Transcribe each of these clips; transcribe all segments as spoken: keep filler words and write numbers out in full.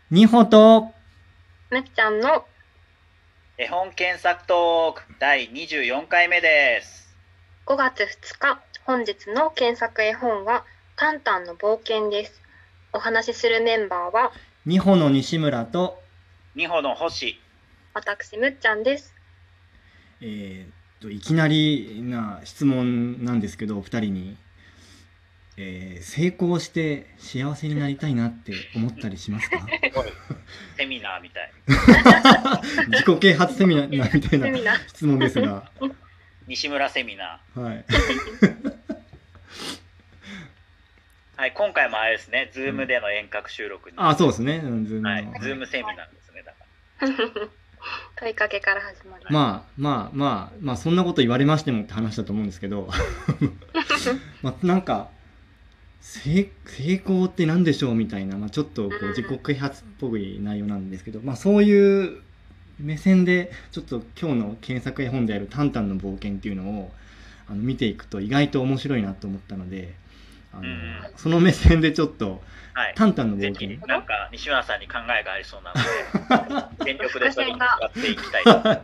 にほとむっちゃんの絵本検索トークだいにじゅうよんかいめです。 ごがつふつか、本日の検索絵本はタンタンの冒険です。お話しするメンバーはにほの西村とにほの星、 私むっちゃんです。 えー、っといきなりな質問なんですけど、お二人に、えー、成功して幸せになりたいなって思ったりしますか？ セミナーみたい。 自己啓発セミナーみたいなセミナー質問ですが西村セミナはいー。はい、今回もあれですね、ズームでの遠隔収録に。 あ、そうですね。ズームの、 はい、ズームセミナーですね。だから問いかけから始まる。 まあまあまあまあそんなこと言われましてもって話だと思うんですけどまあなんか成成功って何でしょうみたいな、まあ、ちょっとこう自己啓発っぽい内容なんですけど、まあ、そういう目線でちょっと今日の検索絵本であるタンタンの冒険っていうのをあの見ていくと意外と面白いなと思ったので、あの、 うん、 その目線でちょっと、 はい、 タンタンの冒険、 なんか西村さんに考えがありそうなので全力でそれに使っていきたいとはい、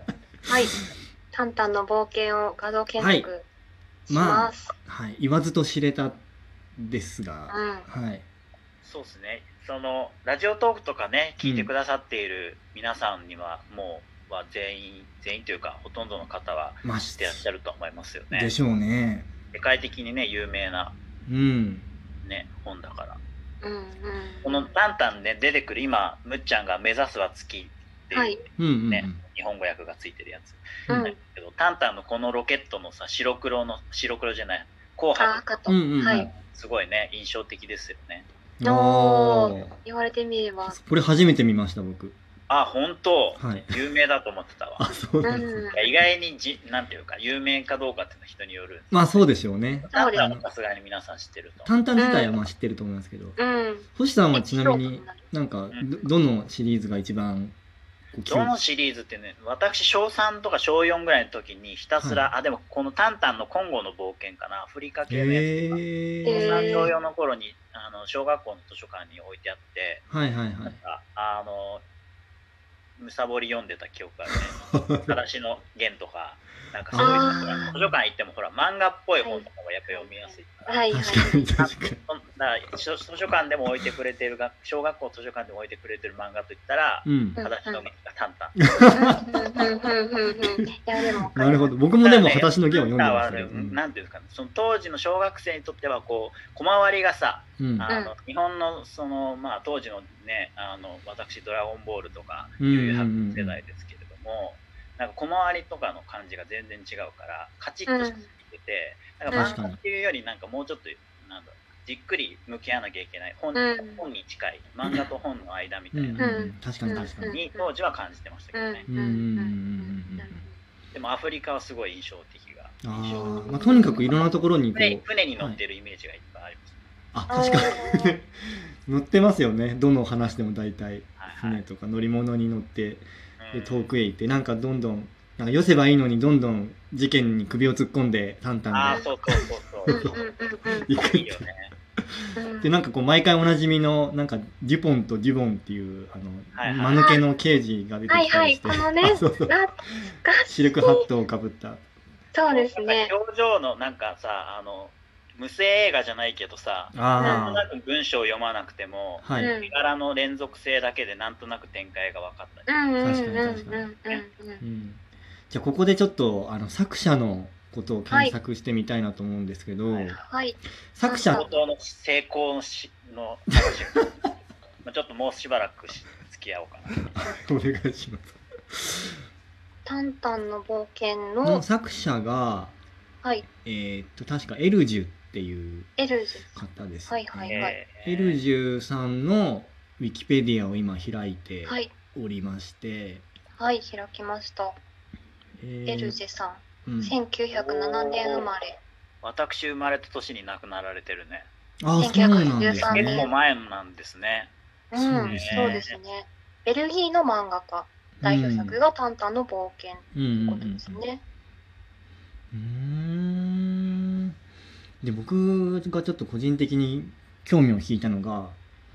タンタンの冒険を画像検索します。 まあはい、言わずと知れたですが、 うん、 はい、 そうですね。そのラジオトークとかね聞いてくださっている皆さんには、うん、もうは全員全員というかほとんどの方は知ってらっしゃると思いますよね。 でしょうね。 世界的にね有名な、 うんね、本だから。 うんうん、 このタンタンね出てくる今むっちゃんが目指すは月っていう、はいねうんうんうん、日本語訳がついてるやつ、うん、だけどタンタンのこのロケットのさ白黒の白黒じゃない紅白と、うんうんうんはい、すごいね印象的ですよね。 お言われてみればこれ初めて見ました僕。 あ、本当、 はい、 有名だと思ってたわ。 あ、そうなんですね。 意外にじなんていうか有名かどうかっていうのは人による、ね。 まあそうでしょうね。 タンタンはさすがに皆さん知ってると。 タンタン自体はまあ知ってると思いますけど。うん。星さんはちなみになんか ど, どのシリーズが一番どのシリーズってね、私しょうさんとかしょうよんぐらいの時にひたすら、はい、あでもこのタンタンのコンゴの冒険かな、アフリカ系のやつとか、しょうさんしょうよんの頃にあの小学校の図書館に置いてあって、 はいはいはい、 なんかあのむさぼり読んでた記憶があるね。裸足の弦とか、なんかそういうの図書館行ってもほら漫画っぽい本とかがやっぱ読みやすいから。 はいはい。 確かにだから図書館でも置いてくれてるが、小学校図書館でも置いてくれてる漫画といったら、うん、裸足の弦がタンタン。なるほど。僕もでも裸足の弦を読んでましたけど、 ね、なんていうんですかね、その当時の小学生にとってはこう小回りがさ、うん、あの日本のそのまあ当時のね、あの私ドラゴンボールとか悠々白書世代ですけれども、なんか小回りとかの感じが全然違うからカチッとしていて、うん、なんか漫画っていうよりなんかもうちょっとなんだろう、じっくり向き合わなきゃいけない 本,、うん、本に近い漫画と本の間みたいな、うんうん、 確かに確かに当時は感じてましたけどね。うんうんうん、でもアフリカはすごい印象的が印象的、 あ、まあ、とにかくいろんなところにこう船, 船に乗ってるイメージがいっぱいあります、 はい、あ、確かに乗ってますよね。どの話でも大体船とか乗り物に乗ってで遠くへ行って、なんかどんどんなんか寄せばいいのにどんどん事件に首を突っ込んでタンタンがそうそうそうそう行くっていうで、なんかこう毎回おなじみのなんかデュポンとデュボンっていうあの、はいはい、間抜けの刑事が出てきたりして、 はいはい、このね、そうそうシルクハットをかぶった、 そうですね、 表情のなんかさ、あの無声映画じゃないけどさ、なんとなく文章を読まなくても、はい、絵柄の連続性だけでなんとなく展開が分かったり、 うん、確かに確かに、うん、じゃあここでちょっとあの作者のことを検索してみたいなと思うんですけど、はいはい、作者の成功のしの話まあちょっともうしばらく付き合おうかなお願いします。 タンタンの冒険の作者が、はい、えー、っと確かエルジュっていう方です、ね、はいはいはい、エルジュさんのウィキペディアを今開いておりまして、 はい、はい、開きました、えー、エルジュさん、うん、せんきゅうひゃくななねん生まれ。 私生まれた年に亡くなられてるね。 あ、そうなんですね。 結構前なんですね。 うん、そうですね。そうですね。ベルギーの漫画家、代表作がタンタンの冒険ということですね。 うん、うんうん、で僕がちょっと個人的に興味を引いたのが、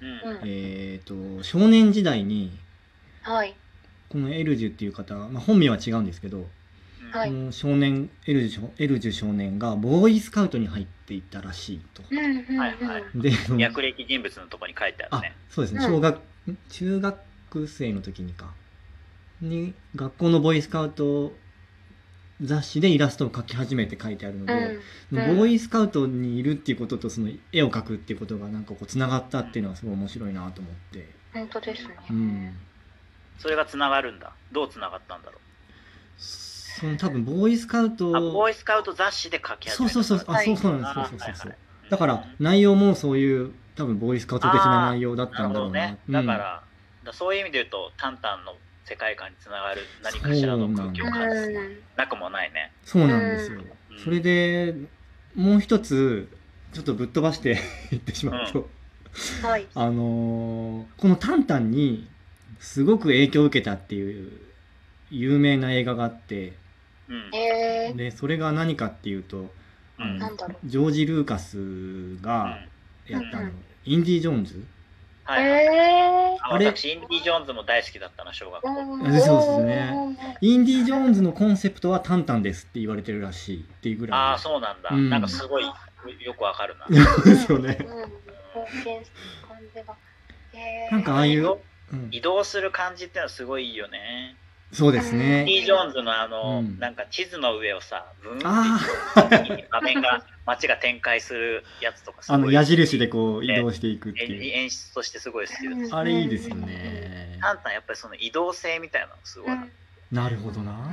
うんえー、と少年時代にはいこのエルジュっていう方、まあ、本名は違うんですけど、 はいこの少年エルジュエルジュ少年がボーイスカウトに入っていったらしいと。 うんうんうんはいはいで略歴人物のところに書いてあるあね。 そうですね、 うん小学ん中学生の時にかに学校のボーイスカウト雑誌でイラストを描き始めて書いてあるので、 うんうんボーイスカウトにいるっていうこととその絵を描くっていうことがなんかこうつながったっていうのはすごい面白いなと思って、 本当ですね。 うん、 それがつながるんだ。どうつながったんだろう。 その多分ボーイスカウトあ、ボーイスカウト雑誌で書き始めた。 そうそうそうあ、 はいそうそうなんですあそうそうそうそう、 はいはいだから内容もそういう多分ボーイスカウト的な内容だったんだろうな。 なるほどね。だから、だそういう意味で言うとタンタンの世界観につながる何かしらの空気を感じうんなくもないね。 そうなんですよ、 うんそれでもう一つちょっとぶっ飛ばして言ってしまうと、 はいあのーこのタンタンにすごく影響を受けたっていう有名な映画があって、 うん。 えー、 でそれが何かっていうと、あのうんなんだろう。 ジョージ・ルーカスがやったあの、 うんインディ・ジョーンズ、 はい。 えああれ私、インディ・ジョーンズも大好きだったな、小学校。 ー、 あそうですねインディ・ジョーンズのコンセプトはタンタンですって言われてるらしいっていうぐらいああ、そうなんだ。 うんなんかすごいよくわかるな。 そうですよねうん、冒険する感じが。えー、 なんかああいう移動、 うん、 移動する感じってのはすごいいいよね。 そうですインデねィ・ジョーンズのあの、 うんなんか地図の上をさ、ブーンってあ画面が、街が展開するやつとかすごいあの矢印でこう移動していくって演いう演出としてすごい好きです。 あれいいですよねタンタンやっぱりその移動性みたいなのすごいな。 なるほどな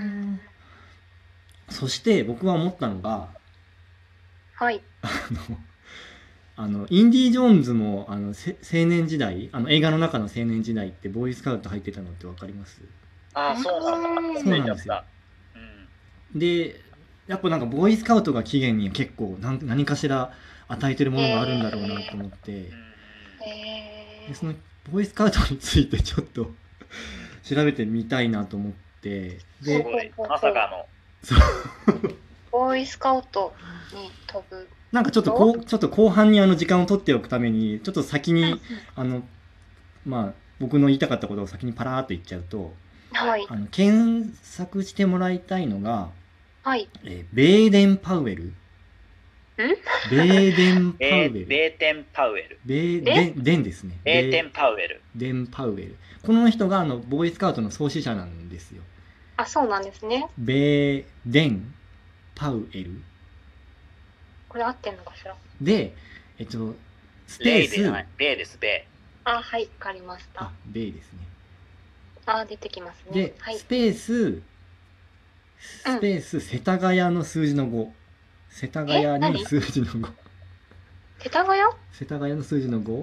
そして僕は思ったのがはい。 あのあのインディ・ジョーンズもあのせ青年時代あの映画の中の青年時代ってボーイスカウト入ってたのって分かります？ ああ、そうなんだ。 そうなんですよ。でやっぱなんかボーイスカウトが起源に結構何何かしら与えてるものがあるんだろうなと思って、 うん。うんえでそのボーイスカウトについてちょっと調べてみたいなと思ってすでごい。まさかの。 そうボーイスカウトに飛ぶ。 なんかちょっとこうちょっと後半にあの時間を取っておくためにちょっと先にうんあのまあ僕の言いたかったことを先にパラーっと言っちゃうとはい。 あの検索してもらいたいのが、 はい。 えーベーデン・パウエルベーデン・パウベエルーベーテン・パウエル。 ベーデンデンですねベーテン・パウエル。 ベーデン・パウエルこの人があのボーイスカウトの創始者なんですよ。 あ、そうなんですね。 ベーデン・パウエルこれ合ってんのかしら。 でえっとスペースレイでない。ベーです、ベあ、はい、わかりましあた。 ベーですねあ、出てきますねで、。 はいス。ペーススペース世田谷の数字のご世田谷にえ何数字のご世田谷世田谷の数字のご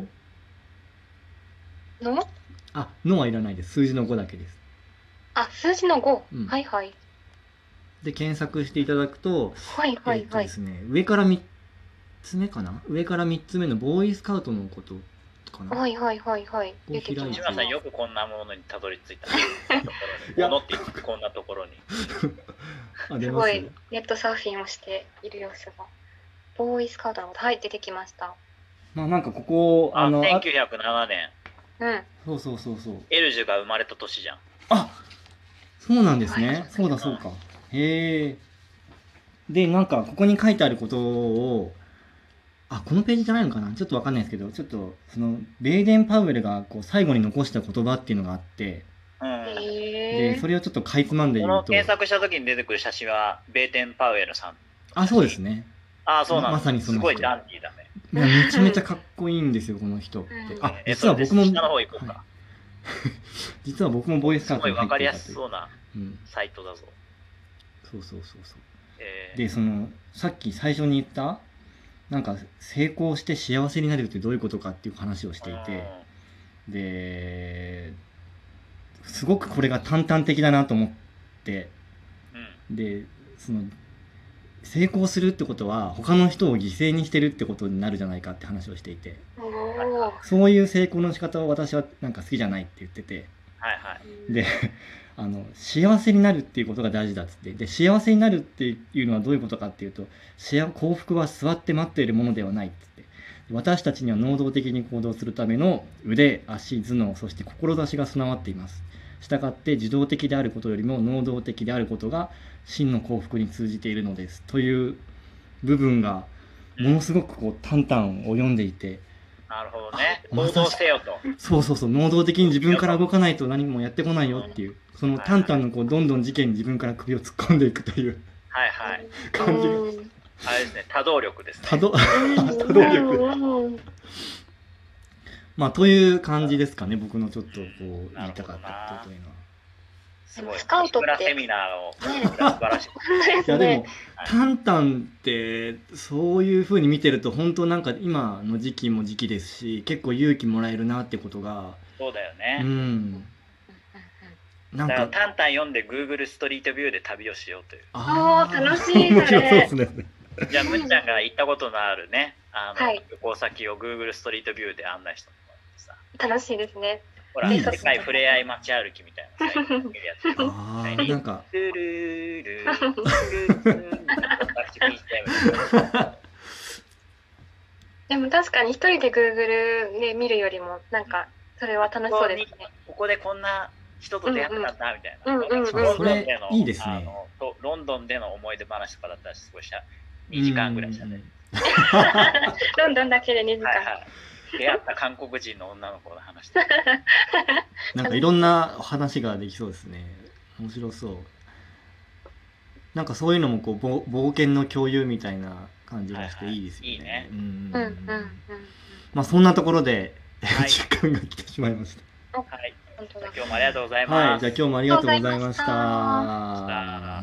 のあのはいらないです数字のごだけです。 あ、数字のご。 うんはいはい。 で検索していただくと、 はいはいはいえっとで。すね、上からみっつめかな上からみっつ目のボーイスカウトのことかな、 はいはいはいはい。 こう出てきま開いてすー。島さん、 ね。 よくこんなものにたどり着いた。 いやものって言ってこんなところに。 あ出ますすごいネットサーフィンをしている様子が。ボーイスカウトのこと、はい、出てきました。 まあなんかここあ、 あのあせんきゅうひゃくななねん、 うん。 そうそうそうそうエルジュが生まれた年じゃん。 あそうなんですね、 はいそうだそうかへえでなんかここに書いてあることをあこのページじゃないのかなちょっとわかんないですけどちょっとそのベーデン・パウエルがこう最後に残した言葉っていうのがあってうん。 へでえ。 それをちょっとかいつまんでこ言うとの検索した時に出てくる写真はベーテン・パウエルさん。 あそうですねああ、そうなんだ。 まさにその人すごいダンディーだね。 いやめちゃめちゃかっこいいんですよこの人ってうんあえ実は僕もそれで下の方行こうか。 はい実は僕もボーイスカウトにすごいわかりや入っていたというすそうなうんサイトだぞ。 そうそうそうそうえーでそのさっき最初に言ったなんか成功して幸せになれるってどういうことかっていう話をしていてですごくこれが淡々的だなと思ってうん。 でその成功するってことは他の人を犠牲にしてるってことになるじゃないかって話をしていておお。 そういう成功の仕方を私はなんか好きじゃないって言っててはいはい。 であの幸せになるっていうことが大事だっつってで幸せになるっていうのはどういうことかっていうと幸幸福は座って待っているものではないっつって私たちには能動的に行動するための腕、足、頭脳、そして志が備わっています。したがって受動的であることよりも能動的であることが真の幸福に通じているのですという部分がものすごくこうタンタンを読んでいて、 なるほどね。行動せよと。 そうそうそう、能動的に自分から動かないと何もやってこないよっていう、そのタンタンのこうどんどん事件に自分から首を突っ込んでいくというはいはい感じが、 あれですね、多動力ですね。 多動多動力まあという感じですかね、僕のちょっとこう言いたかったことというのは。 すごい。 スカウトってセミナーを素晴らしい。 いやでもタンタンってそういう風に見てると本当なんか今の時期も時期ですし、結構勇気もらえるなってことが。 そうだよね。 うん。 なんかだからタンタン読んで Google ストリートビューで旅をしようという。 ああ楽しい面白そうですね。 じゃあむっちゃんが行ったことのあるね、あの、 はい、 旅行先を Google ストリートビューで案内してもらってさ。 楽しいですね。 ほら、世界ふれあい街歩きみたいなさ、見るやつ。 ああ、なんか。 ルルルルルルでも確かに一人で Google で見るよりもなんかそれは楽しそうですね。 ここでこんな人と出会ったんだみたいな。 それいいですね。 ロンドンでの思い出話とかだったらすごいしゃにじかんぐらいしたね。 ロンドンだけでにじかん。はいはい、 出会った韓国人の女の子の話とか。 なんかいろんな話ができそうですね。面白そう。なんかそういうのもこう冒険の共有みたいな感じがしていいですよね。 いいね。 うんうんうん。 まあそんなところで時間が来てしまいました。 はい。今日もありがとうございます。 はい、じゃあ今日もありがとうございました。